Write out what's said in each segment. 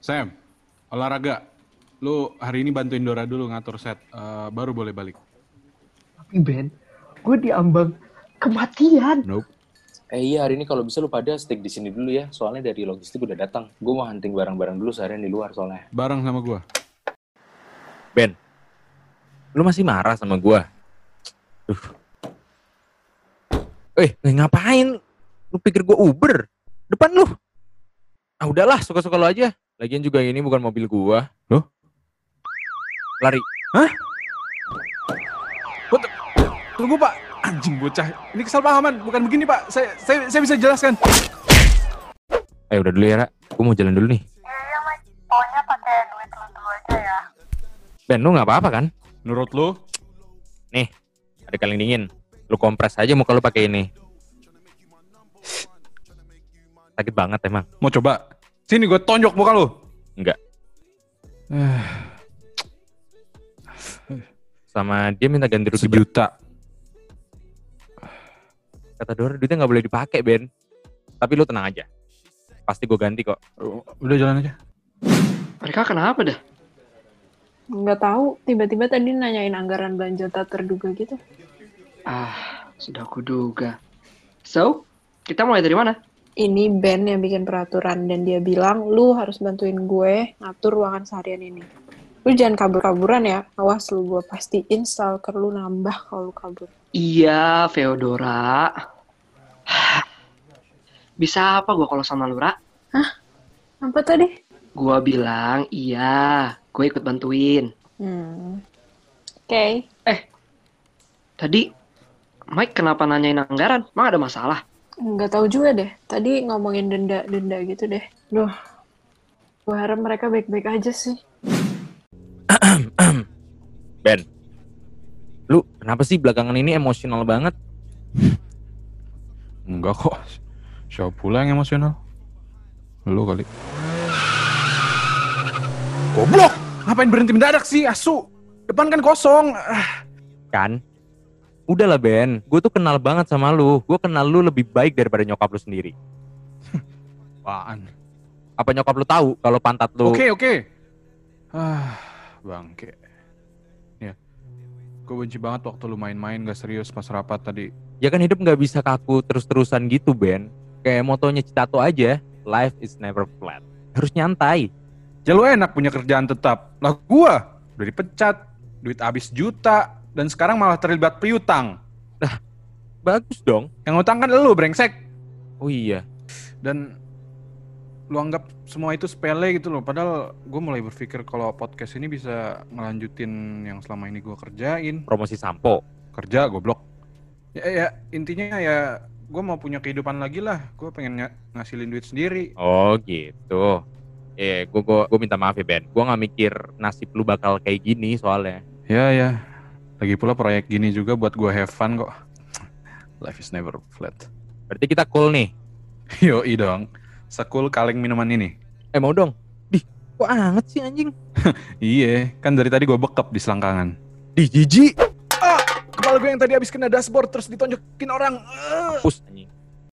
Sam, olahraga. Lu hari ini bantuin Dora dulu ngatur set, baru boleh balik. Tapi Ben, gue diambang kematian. Nope. Iya, hari ini kalau bisa lu pada stick di sini dulu ya. Soalnya dari logistik udah datang. Gue mau hunting barang-barang dulu seharian di luar soalnya. Bareng sama gua. Ben, lu masih marah sama gua? Ngapain? Lu pikir gua Uber? Depan lu. Ah udahlah, suka-suka lu aja. Lagian juga ini bukan mobil gua. Loh? Lari. Hah? Tunggu Pak, anjing bocah. Ini kesalahpahaman, bukan begini Pak. Saya bisa jelaskan. Udah dulu ya, Ra. Gua mau jalan dulu nih. Iya, Mike. Pokoknya pakai duit lu dulu aja ya. Ben, lu nggak apa-apa kan? Menurut lu? Nih, ada kaleng dingin. Lu kompres aja muka lu pakai ini. Sakit banget emang. Mau coba? Sini gue tonjok muka lu. Enggak. Sama dia minta ganti rugi Sejuta. Kata Dora duitnya nggak boleh dipakai, Ben. Tapi lu tenang aja. Pasti gue ganti kok. Udah jalan aja. Mereka kenapa dah? Nggak tahu, tiba-tiba tadi nanyain anggaran belanja tak terduga gitu. Sudah kuduga. So, kita mulai dari mana? Ini Ben yang bikin peraturan dan dia bilang, lu harus bantuin gue ngatur ruangan seharian ini. Lu jangan kabur-kaburan ya, awas lu gue pastiin stalker lu nambah kalau lu kabur. Iya, Feodora. Bisa apa gue kalau sama lu, Ra? Apa tadi? Gue bilang, iya, gue ikut bantuin. Oke. Tadi, Mike kenapa nanyain anggaran? Emang ada masalah? Nggak tahu juga deh, tadi ngomongin denda gitu deh. Duh, gue harap mereka baik-baik aja sih. Ben, lu kenapa sih belakangan ini emosional banget? Enggak kok. Siapa pula yang emosional? Lu kali. Goblok! Ngapain berhenti mendadak sih, asu? Depan kan kosong. Kan? Udahlah Ben, gue tuh kenal banget sama lu. Gue kenal lu lebih baik daripada nyokap lu sendiri. Apaan? Apa nyokap lu tahu kalau pantat lu... Oke. Bangke. Ya, gue benci banget waktu lu main-main gak serius pas rapat tadi. Ya kan hidup gak bisa kaku terus-terusan gitu Ben. Kayak motonya Citato aja, life is never flat. Harus nyantai. Ya lu enak punya kerjaan tetap. Lah gua udah dipecat, duit habis juta, dan sekarang malah terlibat piutang. Bagus dong. Yang utang kan lu, brengsek. Oh iya. Dan lu anggap semua itu sepele gitu loh. Padahal gue mulai berpikir kalau podcast ini bisa ngelanjutin yang selama ini gue kerjain. Promosi sampo. Kerja, goblok. Ya intinya ya gue mau punya kehidupan lagi lah. Gue pengen ngasilin duit sendiri. Oh gitu. Gue minta maaf ya Ben. Gue gak mikir nasib lu bakal kayak gini soalnya. Ya. Lagi pula proyek gini juga buat gue have fun kok. Life is never flat. Berarti kita cool nih. Yoi dong. Sekul kaleng minuman ini. Mau dong. Kok anget sih anjing? Iya, kan dari tadi gue bekep di selangkangan. Jijik. Kepala gue yang tadi habis kena dashboard terus ditonjokin orang. Pus anjing.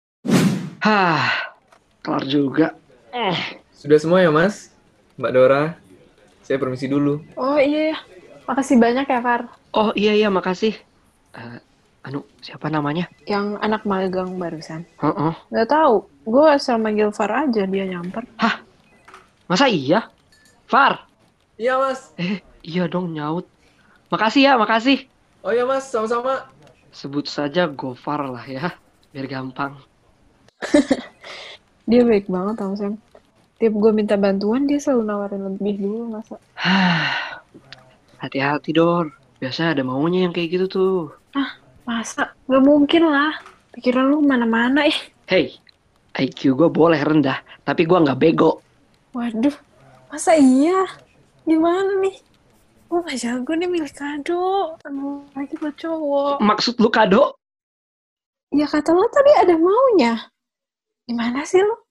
Kelar juga. Sudah semua ya Mas, Mbak Dora. Saya permisi dulu. Oh iya ya, makasih banyak ya Far. Oh iya, makasih. Siapa namanya? Yang anak magang barusan. Heeh. Nggak tahu, gue asal manggil Far aja dia nyamper. Masa iya? Far? Iya Mas. Iya dong nyaut. Makasih ya, makasih. Oh iya Mas, sama-sama. Sebut saja Gofar lah ya, biar gampang. Dia baik banget tau Sam. Tiap gue minta bantuan dia selalu nawarin lebih dulu masa. Hati-hati Dor, biasanya ada maunya yang kayak gitu tuh. Masa? Nggak mungkin lah. Pikiran lu mana-mana ih. Hey, IQ gue boleh rendah, tapi gue nggak bego. Waduh, masa iya? Gimana nih? Gue gak jago nih milih kado. Lagi buat cowok. Maksud lu kado? Ya kata lo tadi ada maunya. Gimana sih lo?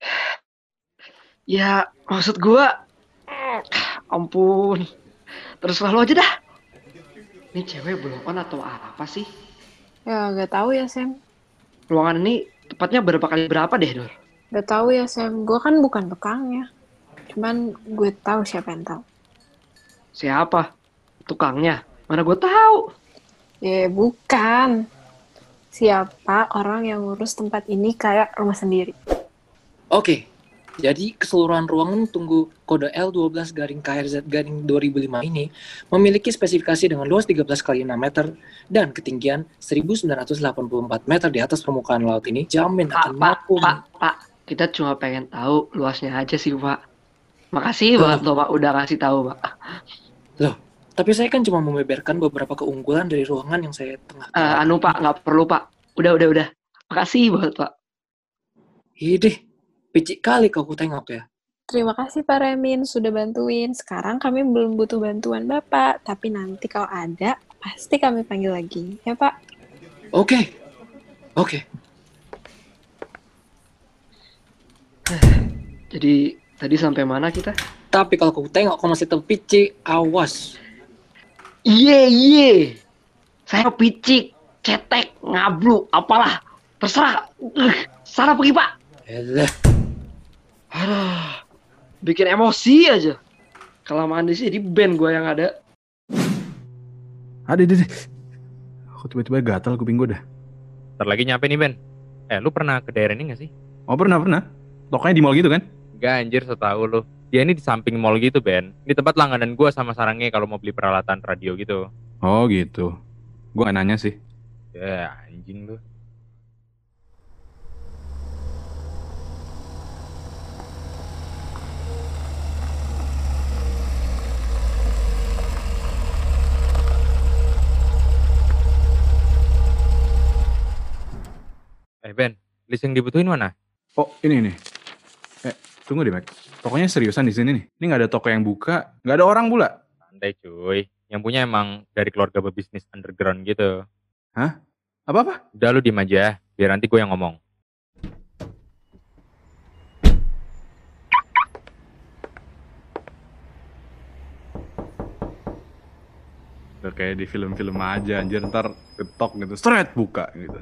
Ya, maksud gue... Ampun. Terserah lo aja dah. Ini cewek belum on atau apa sih? Ya gak tahu ya Sam. Ruangan ini tepatnya berapa kali berapa deh, Dor? Gak tahu ya Sam. Gue kan bukan bekangnya. Cuman gue tahu siapa yang tahu. Siapa? Tukangnya? Mana gue tahu. Ya bukan. Siapa orang yang ngurus tempat ini kayak rumah sendiri. Oke, jadi keseluruhan ruangan tunggu kode L12-KRZ-2005 ini memiliki spesifikasi dengan luas 13 kali 6 meter dan ketinggian 1984 meter di atas permukaan laut ini jamin akan mampu. Pak, kita cuma pengen tahu luasnya aja sih, Pak. Makasih banget loh, Pak, udah kasih tahu, Pak. Loh, tapi saya kan cuma membeberkan beberapa keunggulan dari ruangan yang saya tengah. Pak, nggak perlu, Pak. Udah. Makasih banget, Pak. Idih, picik kali kau ku tengok ya. Terima kasih Pak Remin sudah bantuin. Sekarang kami belum butuh bantuan Bapak, tapi nanti kalau ada, pasti kami panggil lagi. Ya Pak? Oke. Jadi, tadi sampai mana kita? Tapi kalau kau tengok kau masih terpicik, awas. Iye. Saya picik, cetek, ngablu, apalah. Terserah. Sana pergi, Pak. Elah. Aduh, bikin emosi aja. Kelamaan di sini band gue yang ada. Ada. Aku tiba-tiba gatal kuping gue dah. Ntar lagi nyampe nih Ben. Lu pernah ke daerah ini gak sih? Oh pernah. Tokonya di mall gitu kan? Enggak anjir, setahu lu. Dia ini di samping mall gitu Ben. Ini tempat langganan gue sama sarangnya kalau mau beli peralatan radio gitu. Oh gitu. Gue gak nanya sih. Ya anjing lu. Ben, list yang dibutuhin mana? Oh ini. Tunggu deh Mac. Tokonya seriusan di sini nih. Ini nggak ada toko yang buka, nggak ada orang pula. Santai cuy. Yang punya emang dari keluarga berbisnis underground gitu. Hah? Apa? Udah lu diem aja, biar nanti gue yang ngomong. Udah kayak di film-film aja anjir, ntar ketok gitu, straight buka gitu.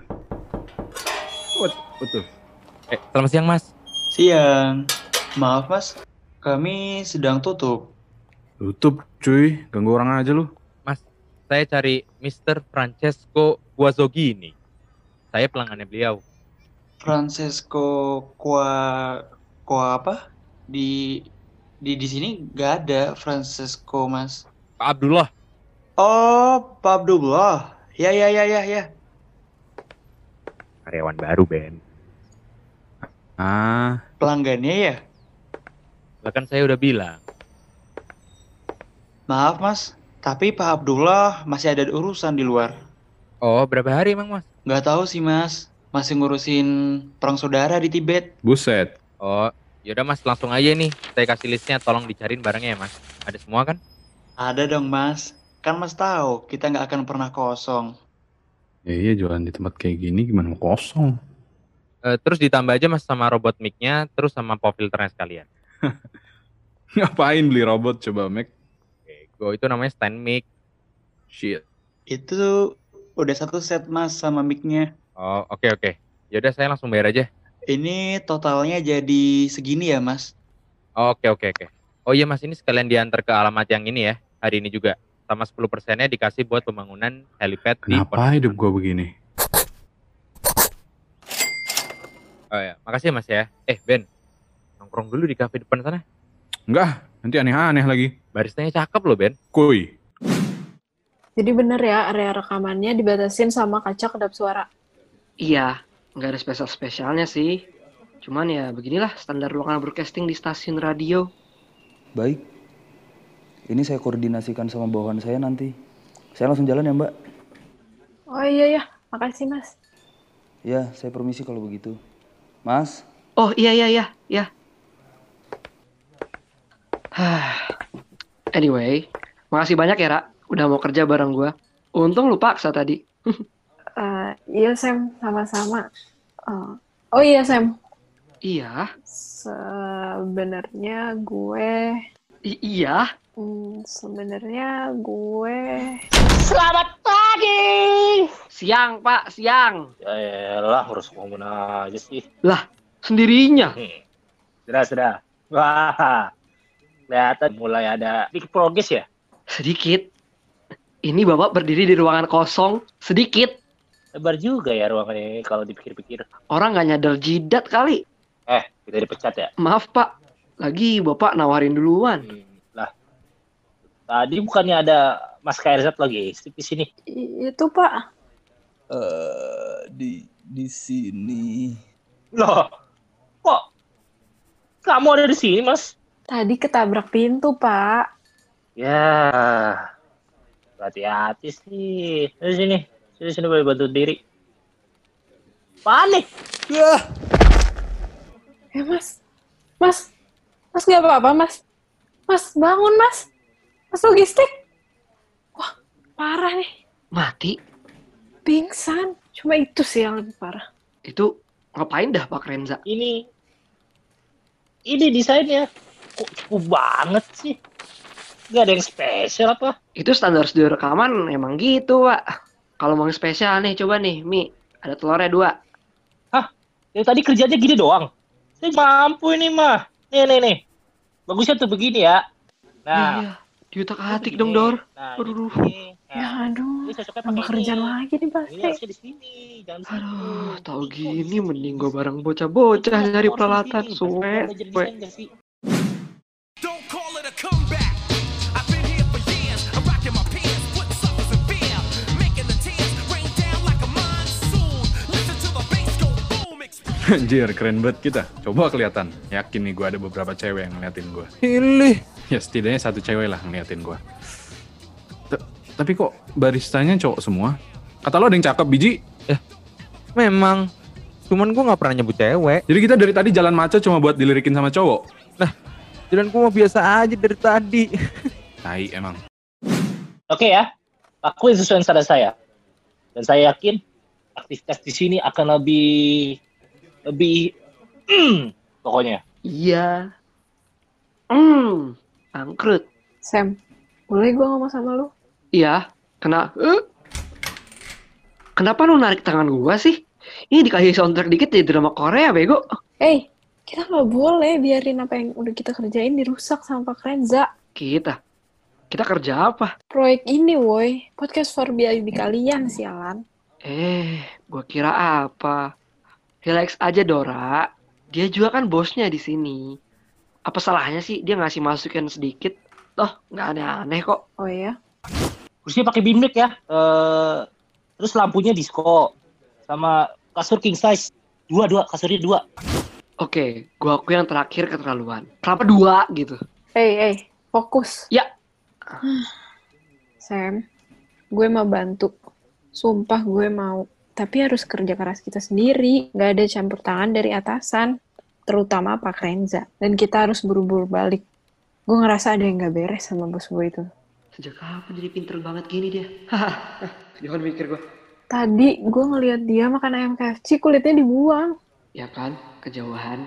Betul. Selamat siang mas. Siang. Maaf mas, kami sedang tutup. Tutup cuy, ganggu orang aja lu. Mas, saya cari Mr. Francesco Guazzogini. Saya pelanggannya beliau. Francesco Qua apa? Di sini nggak ada Francesco mas. Pak Abdullah. Oh, Pak Abdullah. Ya. Karyawan baru Ben. Pelanggannya ya? Lah kan saya udah bilang. Maaf mas, tapi Pak Abdullah masih ada urusan di luar. Oh, berapa hari emang mas? Nggak tahu sih mas, masih ngurusin perang saudara di Tibet. Buset. Oh, yaudah mas, langsung aja nih. Saya kasih listnya, tolong dicariin barangnya ya mas. Ada semua kan? Ada dong mas, kan mas tahu kita nggak akan pernah kosong. Ya iya, jualan di tempat kayak gini gimana mau kosong. Terus ditambah aja mas sama robot mic-nya, terus sama pop filternya sekalian. Ngapain beli robot coba Mac? Gue itu namanya stand mic. Shit. Itu udah satu set mas sama mic-nya. Oh, oke. Yaudah saya langsung bayar aja. Ini totalnya jadi segini ya mas? Oh, oke. Oh iya mas, ini sekalian diantar ke alamat yang ini ya, hari ini juga. Sama 10%-nya dikasih buat pembangunan helipad di Kenapa hidup gue begini? Oh ya, makasih ya mas ya. Ben, nongkrong dulu di kafe depan sana. Enggak, nanti aneh-aneh lagi. Baristanya cakep loh Ben. Kuy. Jadi bener ya, area rekamannya dibatasin sama kaca kedap suara. Iya, nggak ada spesial-spesialnya sih. Cuman ya beginilah standar ruangan broadcasting di stasiun radio. Baik. Ini saya koordinasikan sama bawahan saya nanti. Saya langsung jalan ya mbak. Oh iya, makasih mas. Ya, saya permisi kalau begitu. Mas? Oh iya. Anyway, makasih banyak ya, Ra. Udah mau kerja bareng gue. Untung lu paksa tadi. Iya, Sam. Sama-sama. Oh iya, Sam. Iya? Sebenarnya gue... Iya? Sebenarnya gue... Selamat pagi! Siang, Pak. Siang. Ya elah, harus ngomong aja sih. Lah, sendirinya? Sudah. Wah, Kelihatan mulai ada sedikit progres ya. Sedikit. Ini Bapak berdiri di ruangan kosong. Sedikit. Lebar juga ya ruangan ini kalau dipikir-pikir. Orang nggak nyadar jidat kali. Kita dipecat ya? Maaf Pak. Lagi Bapak nawarin duluan. Lah. Tadi bukannya ada Mas KRZ lagi di sini? Itu Pak. Di sini. Loh. Kok kamu ada di sini, Mas? Tadi ketabrak pintu Pak. Ya. Hati-hati sih. Di sini. Sini boleh bantu diri. Panik. Ya. Mas. Mas nggak apa-apa Mas. Mas bangun Mas. Mas logistik. Wah parah nih. Mati? Pingsan. Cuma itu sih yang lebih parah. Itu ngapain dah Pak Renza? Ini desainnya kok cukup banget sih. Gak ada yang spesial apa? Itu standar studio rekaman emang gitu Pak. Kalau mau yang spesial nih, coba nih, Mi. Ada telurnya 2. Hah? Yang tadi kerjanya gini doang? Saya mampu ini mah. Nih. Bagusnya tuh begini ya. Nah. Iya. Diutak-atik dong, Dor. Nah, aduh. Ya aduh. Ini cocoknya Tambah pakai kerjaan ini. lagi nih pasti. Ini harusnya di sini. Jangan di situ. Aduh, tahu gini mending gue bareng bocah-bocah nyari peralatan. Suwe. Anjir, keren banget kita. Coba kelihatan. Yakin nih gue ada beberapa cewek yang ngeliatin gue. Pilih. Ya setidaknya 1 cewek lah ngeliatin gue. Tapi kok baristanya cowok semua? Kata lo ada yang cakep, biji? Memang. Cuman gue gak pernah nyebut cewek. Jadi kita dari tadi jalan maco cuma buat dilirikin sama cowok? Nah, jalan gue mah biasa aja dari tadi. Tai emang. Oke ya, lakuin sesuai saran saya. Dan saya yakin aktivitas di sini akan lebih pokoknya. Iya. Angkrut. Sam, boleh gue ngomong sama lu? Iya. Kenapa lu narik tangan gua sih? Ini dikasih soundtrack dikit jadi drama Korea, bego. Kita nggak boleh biarin apa yang udah kita kerjain dirusak sama Pak Renza. Kita kerja apa? Proyek ini, woi. Podcast for BIB kalian, sialan. Gua kira apa? Relax aja, Dora. Dia juga kan bosnya di sini. Apa salahnya sih dia ngasih masukan sedikit? Toh, nggak aneh-aneh kok. Oh iya? Kursinya pakai beamlink ya. Terus lampunya disco. Sama kasur king size. Dua, kasurnya 2. Oke, gua akui yang terakhir keterlaluan. Kenapa 2 gitu? Fokus. Ya. Sam, gue mau bantu. Sumpah gue mau. Tapi harus kerja keras kita sendiri. Gak ada campur tangan dari atasan. Terutama Pak Renza. Dan kita harus buru-buru balik. Gue ngerasa ada yang gak beres sama bos gue itu. Sejak kapan jadi pinter banget gini dia? Jangan mikir gue. Tadi gue ngeliat dia makan ayam KFC, kulitnya dibuang. Ya kan, kejauhan.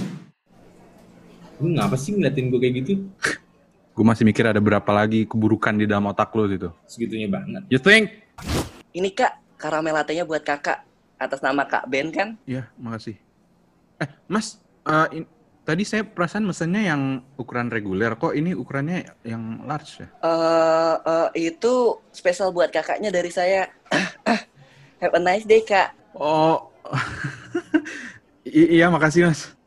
Lu ngapa sih ngeliatin gue kayak gitu? Gue masih mikir ada berapa lagi keburukan di dalam otak lo gitu. Segitunya banget. You think? Ini Kak, karamel latte-nya buat Kakak. Atas nama Kak Ben kan? Iya, makasih. Mas, tadi saya perasaan mesennya yang ukuran reguler. Kok ini ukurannya yang large ya? Itu spesial buat kakaknya dari saya. Have a nice day, Kak. Oh, iya makasih Mas.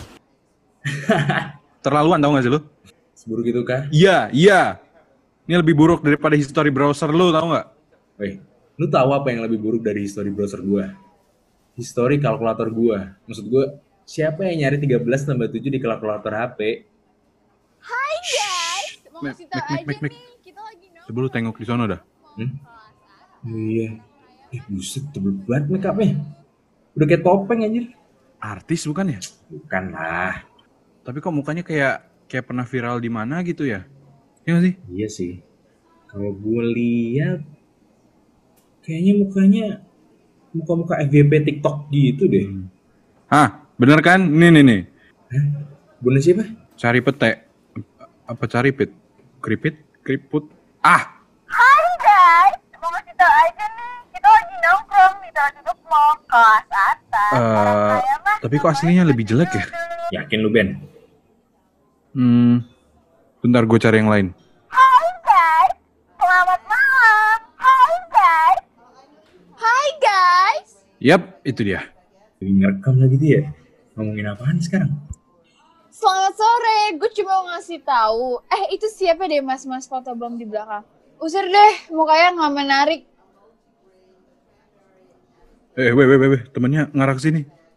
Terlaluan tau gak sih lu? Seburuk itu kah? Iya. Ini lebih buruk daripada history browser lu tau gak? Weh, lu tahu apa yang lebih buruk dari history browser gua? History kalkulator gua. Maksud gua, siapa yang nyari 13 tambah 7 di kalkulator HP? Hai guys, mau kasih tau aja nih, kita lagi nongkrong. Coba lu tengok di sono dah. Iya. Buset, tebel banget make up-nya. Udah kayak topeng anjir. Artis bukan ya? Bukan lah. Tapi kok mukanya kayak pernah viral di mana gitu ya? Iya gak sih? Iya sih. Kalau gue lihat kayaknya mukanya muka-muka FYP TikTok gitu deh. Hah, bener kan? Nih. Hah? Bener siapa? Cari pete. Apa cari pit? Keriput. Hai guys, mau kasih tau aja nih, kita lagi nongkrong di tempat duduk mall kelas atas. Tapi kok aslinya lebih jelek ya? Yakin lu Ben? Bentar gue cari yang lain. Hai guys, selamat malam. Hai guys. Hai guys. Yap, itu dia. Lagi ngerekam lagi dia. Ngomongin apaan sekarang? Selamat sore. Gue cuma mau ngasih tahu. Itu siapa deh mas-mas fotobom di belakang? Usir deh, mukanya nggak menarik. Weh, temennya ngarah ke sini.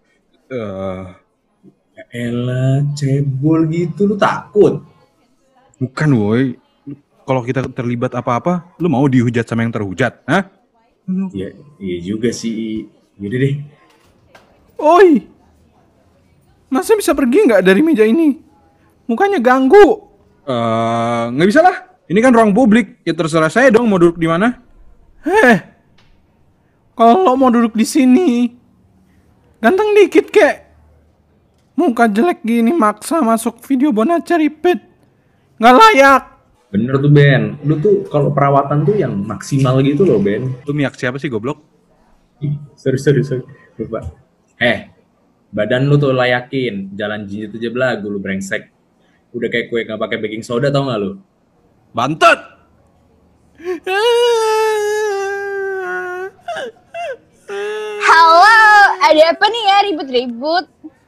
Ya elah, cebol gitu, lu takut? Bukan woi. Kalau kita terlibat apa-apa, lu mau dihujat sama yang terhujat, hah? Iya juga sih. Yaudah deh. Oi, masa bisa pergi nggak dari meja ini? Mukanya ganggu. Nggak bisa lah. Ini kan ruang publik. Ya terserah saya dong mau duduk di mana. Kalau mau duduk di sini, ganteng dikit kek. Muka jelek gini maksa masuk video Bonaca repeat. Nggak layak. Bener tuh Ben. Lu tuh kalau perawatan tuh yang maksimal gitu loh Ben. Lu miak siapa sih goblok? Sorry. Lupa. Badan lu tuh layakin. Jalan jinjit aja belagu lu brengsek. Udah kayak kue gak pakai baking soda tau gak lu? Bantet! Halo, ada apa nih ya ribut-ribut?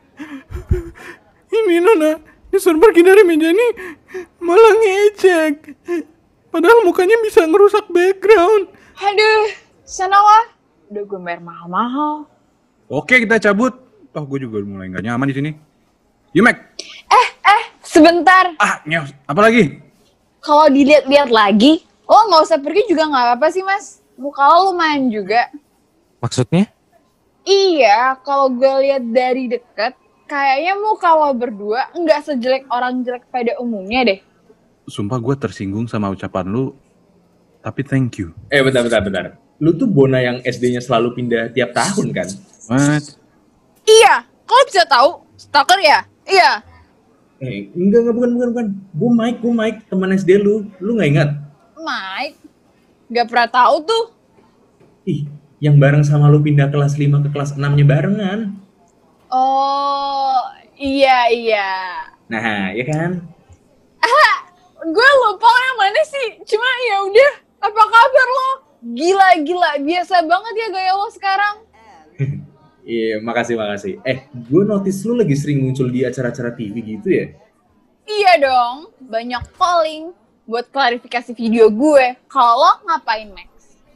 Ini Nona, disuruh pergi dari meja ini malah ngecek. Padahal mukanya bisa ngerusak background. Aduh, sana lah. Udah gue bayar mahal-mahal. Oke, kita cabut. Toh gue juga mulai gak nyaman di sini. Yumek. Sebentar. Nyos. Apa lagi? Kalau dilihat-lihat lagi, lo nggak usah pergi juga nggak apa-apa sih mas. Muka lo lumayan juga. Maksudnya? Iya, kalau gue lihat dari dekat, kayaknya muka lo berdua nggak sejelek orang jelek pada umumnya deh. Sumpah gue tersinggung sama ucapan lu. Tapi thank you. Bentar. Lu tuh Bona yang SD-nya selalu pindah tiap tahun kan? What? Iya, kalo bisa tahu, stalker ya? Iya. Enggak, bukan. Gue Mike, teman SD lu. Lu gak ingat? Mike? Gak pernah tahu tuh. Ih, yang bareng sama lu pindah kelas 5 ke kelas 6-nya barengan. Oh, iya. Nah, ya kan? Gue lupa yang mana sih. Cuma ya udah, apa kabar lo? Gila, biasa banget ya gaya lo sekarang. Iya, makasih. Gue notice lu lagi sering muncul di acara-acara TV gitu ya? Iya dong, banyak calling buat klarifikasi video gue. Kalau lo ngapain, Max?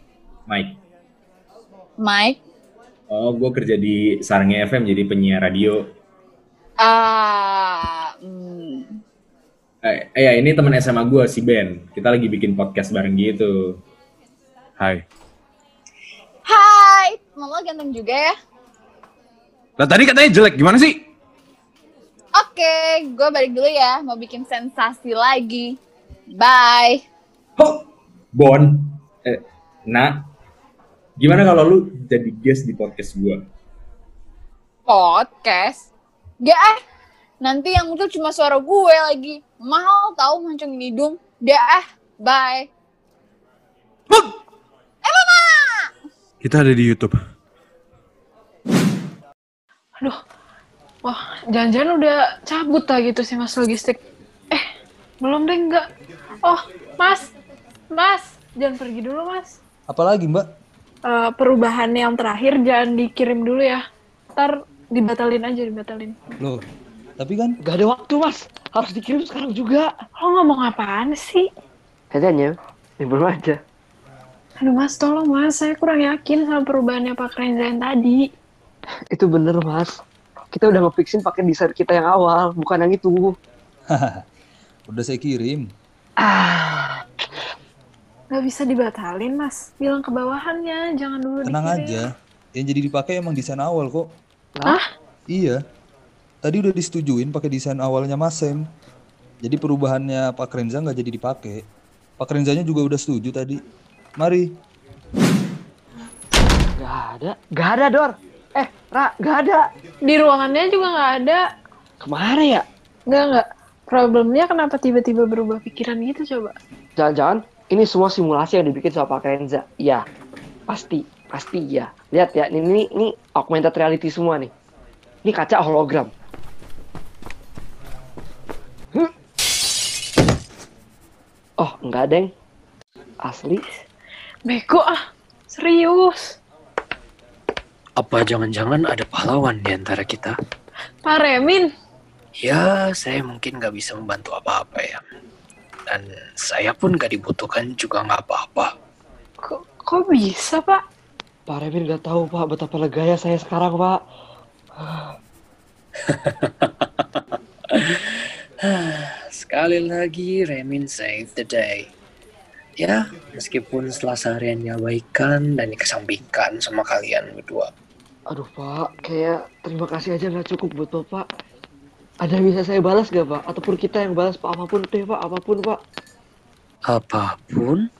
Mike? Oh, gue kerja di Sarangi FM jadi penyiar radio. Ini teman SMA gue, si Ben. Kita lagi bikin podcast bareng gitu. Hai, Temen lo ganteng juga ya? Lah tadi katanya jelek, gimana sih? Oke, gue balik dulu ya. Mau bikin sensasi lagi. Bye. Bon. Nak. Gimana kalau lu jadi guest di podcast gue? Podcast? Gak nanti yang muncul cuma suara gue lagi. Mahal tahu mancungin hidung. Bye. Mama! Kita ada di YouTube. Aduh, wah, jangan-jangan udah cabut lah gitu sih mas logistik. Belum deh, enggak. Oh, mas, jangan pergi dulu mas. Apalagi mbak? Perubahan yang terakhir jangan dikirim dulu ya. Ntar dibatalin. Loh, tapi kan Gak ada waktu mas, harus dikirim sekarang juga. Lo ngomong apaan sih? Katanya, belum aja. Aduh mas, tolong mas, saya kurang yakin sama perubahannya Pak Renza yang tadi. Itu bener mas, kita udah nge-fixin pakai desain kita yang awal, bukan yang itu. udah saya kirim. Gak bisa dibatalin mas, bilang ke bawahannya, jangan dulu Tenang dikirim. aja, yang jadi dipakai emang desain awal kok. Hah? Iya, tadi udah disetujuin pakai desain awalnya Mas Sam. Jadi perubahannya Pak Renza nggak jadi dipakai. Pak Renzanya juga udah setuju tadi. Mari. Gak ada Dor. Gak ada. Di ruangannya juga gak ada. Kemana ya? Enggak. Problemnya kenapa tiba-tiba berubah pikiran gitu coba? Jangan-jangan ini semua simulasi yang dibikin sama Pak Renza. Iya, pasti ya. Lihat ya, ini augmented reality semua nih. Ini kaca hologram. Enggak, Deng. Asli. Bego ah, serius. Apa jangan-jangan ada pahlawan di antara kita? Pak Remin. Ya, saya mungkin nggak bisa membantu apa-apa ya. Dan saya pun nggak dibutuhkan juga nggak apa-apa. Kok bisa, Pak? Pak Remin nggak tahu, Pak, betapa leganya saya sekarang, Pak. Sekali lagi Remin save the day. Ya, meskipun setelah sehariannya abaikan dan dikesampingkan sama kalian berdua. Aduh, Pak, kayak terima kasih aja nggak cukup buat Bapak. Ada yang bisa saya balas gak, Pak? Ataupun kita yang balas, Pak, apapun deh, Pak, apapun, Pak. Apapun?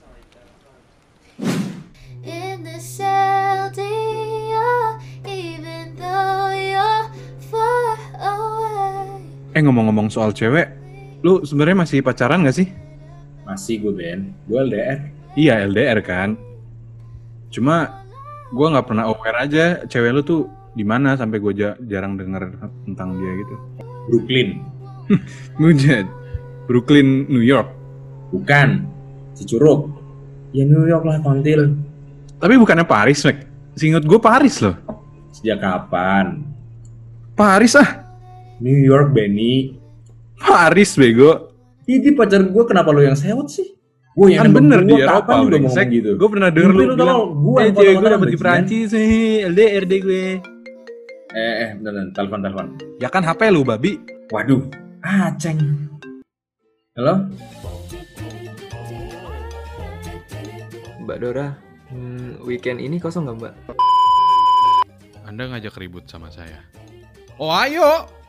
In the cell, dear, even though you're far away. Ngomong-ngomong soal cewek, lu sebenarnya masih pacaran gak sih? Masih gue, Ben. Gue LDR. Iya, LDR kan. Cuma gue nggak pernah aware aja cewek lu tuh di mana sampai gue jarang denger tentang dia gitu. Brooklyn. Mujad. Brooklyn, New York. Bukan. Cicurug. Ya New York lah, kontil. Tapi bukannya Paris, Mek. Seinget gue Paris loh. Sejak kapan? Paris ah. New York, Benny. Paris, bego. Ini pacar gue, kenapa lo yang sewot sih? Gue yang kan bener di Eropa, brengsek. Gitu. Gue pernah denger lu bilang, cewek gue dapet di Perancis nih, LDR deh gue. Bentar, telepon. Ya kan HP lu, babi. Waduh, aceng. Halo? Mbak Dora, weekend ini kosong nggak, Mbak? Anda ngajak ribut sama saya. Oh, ayo.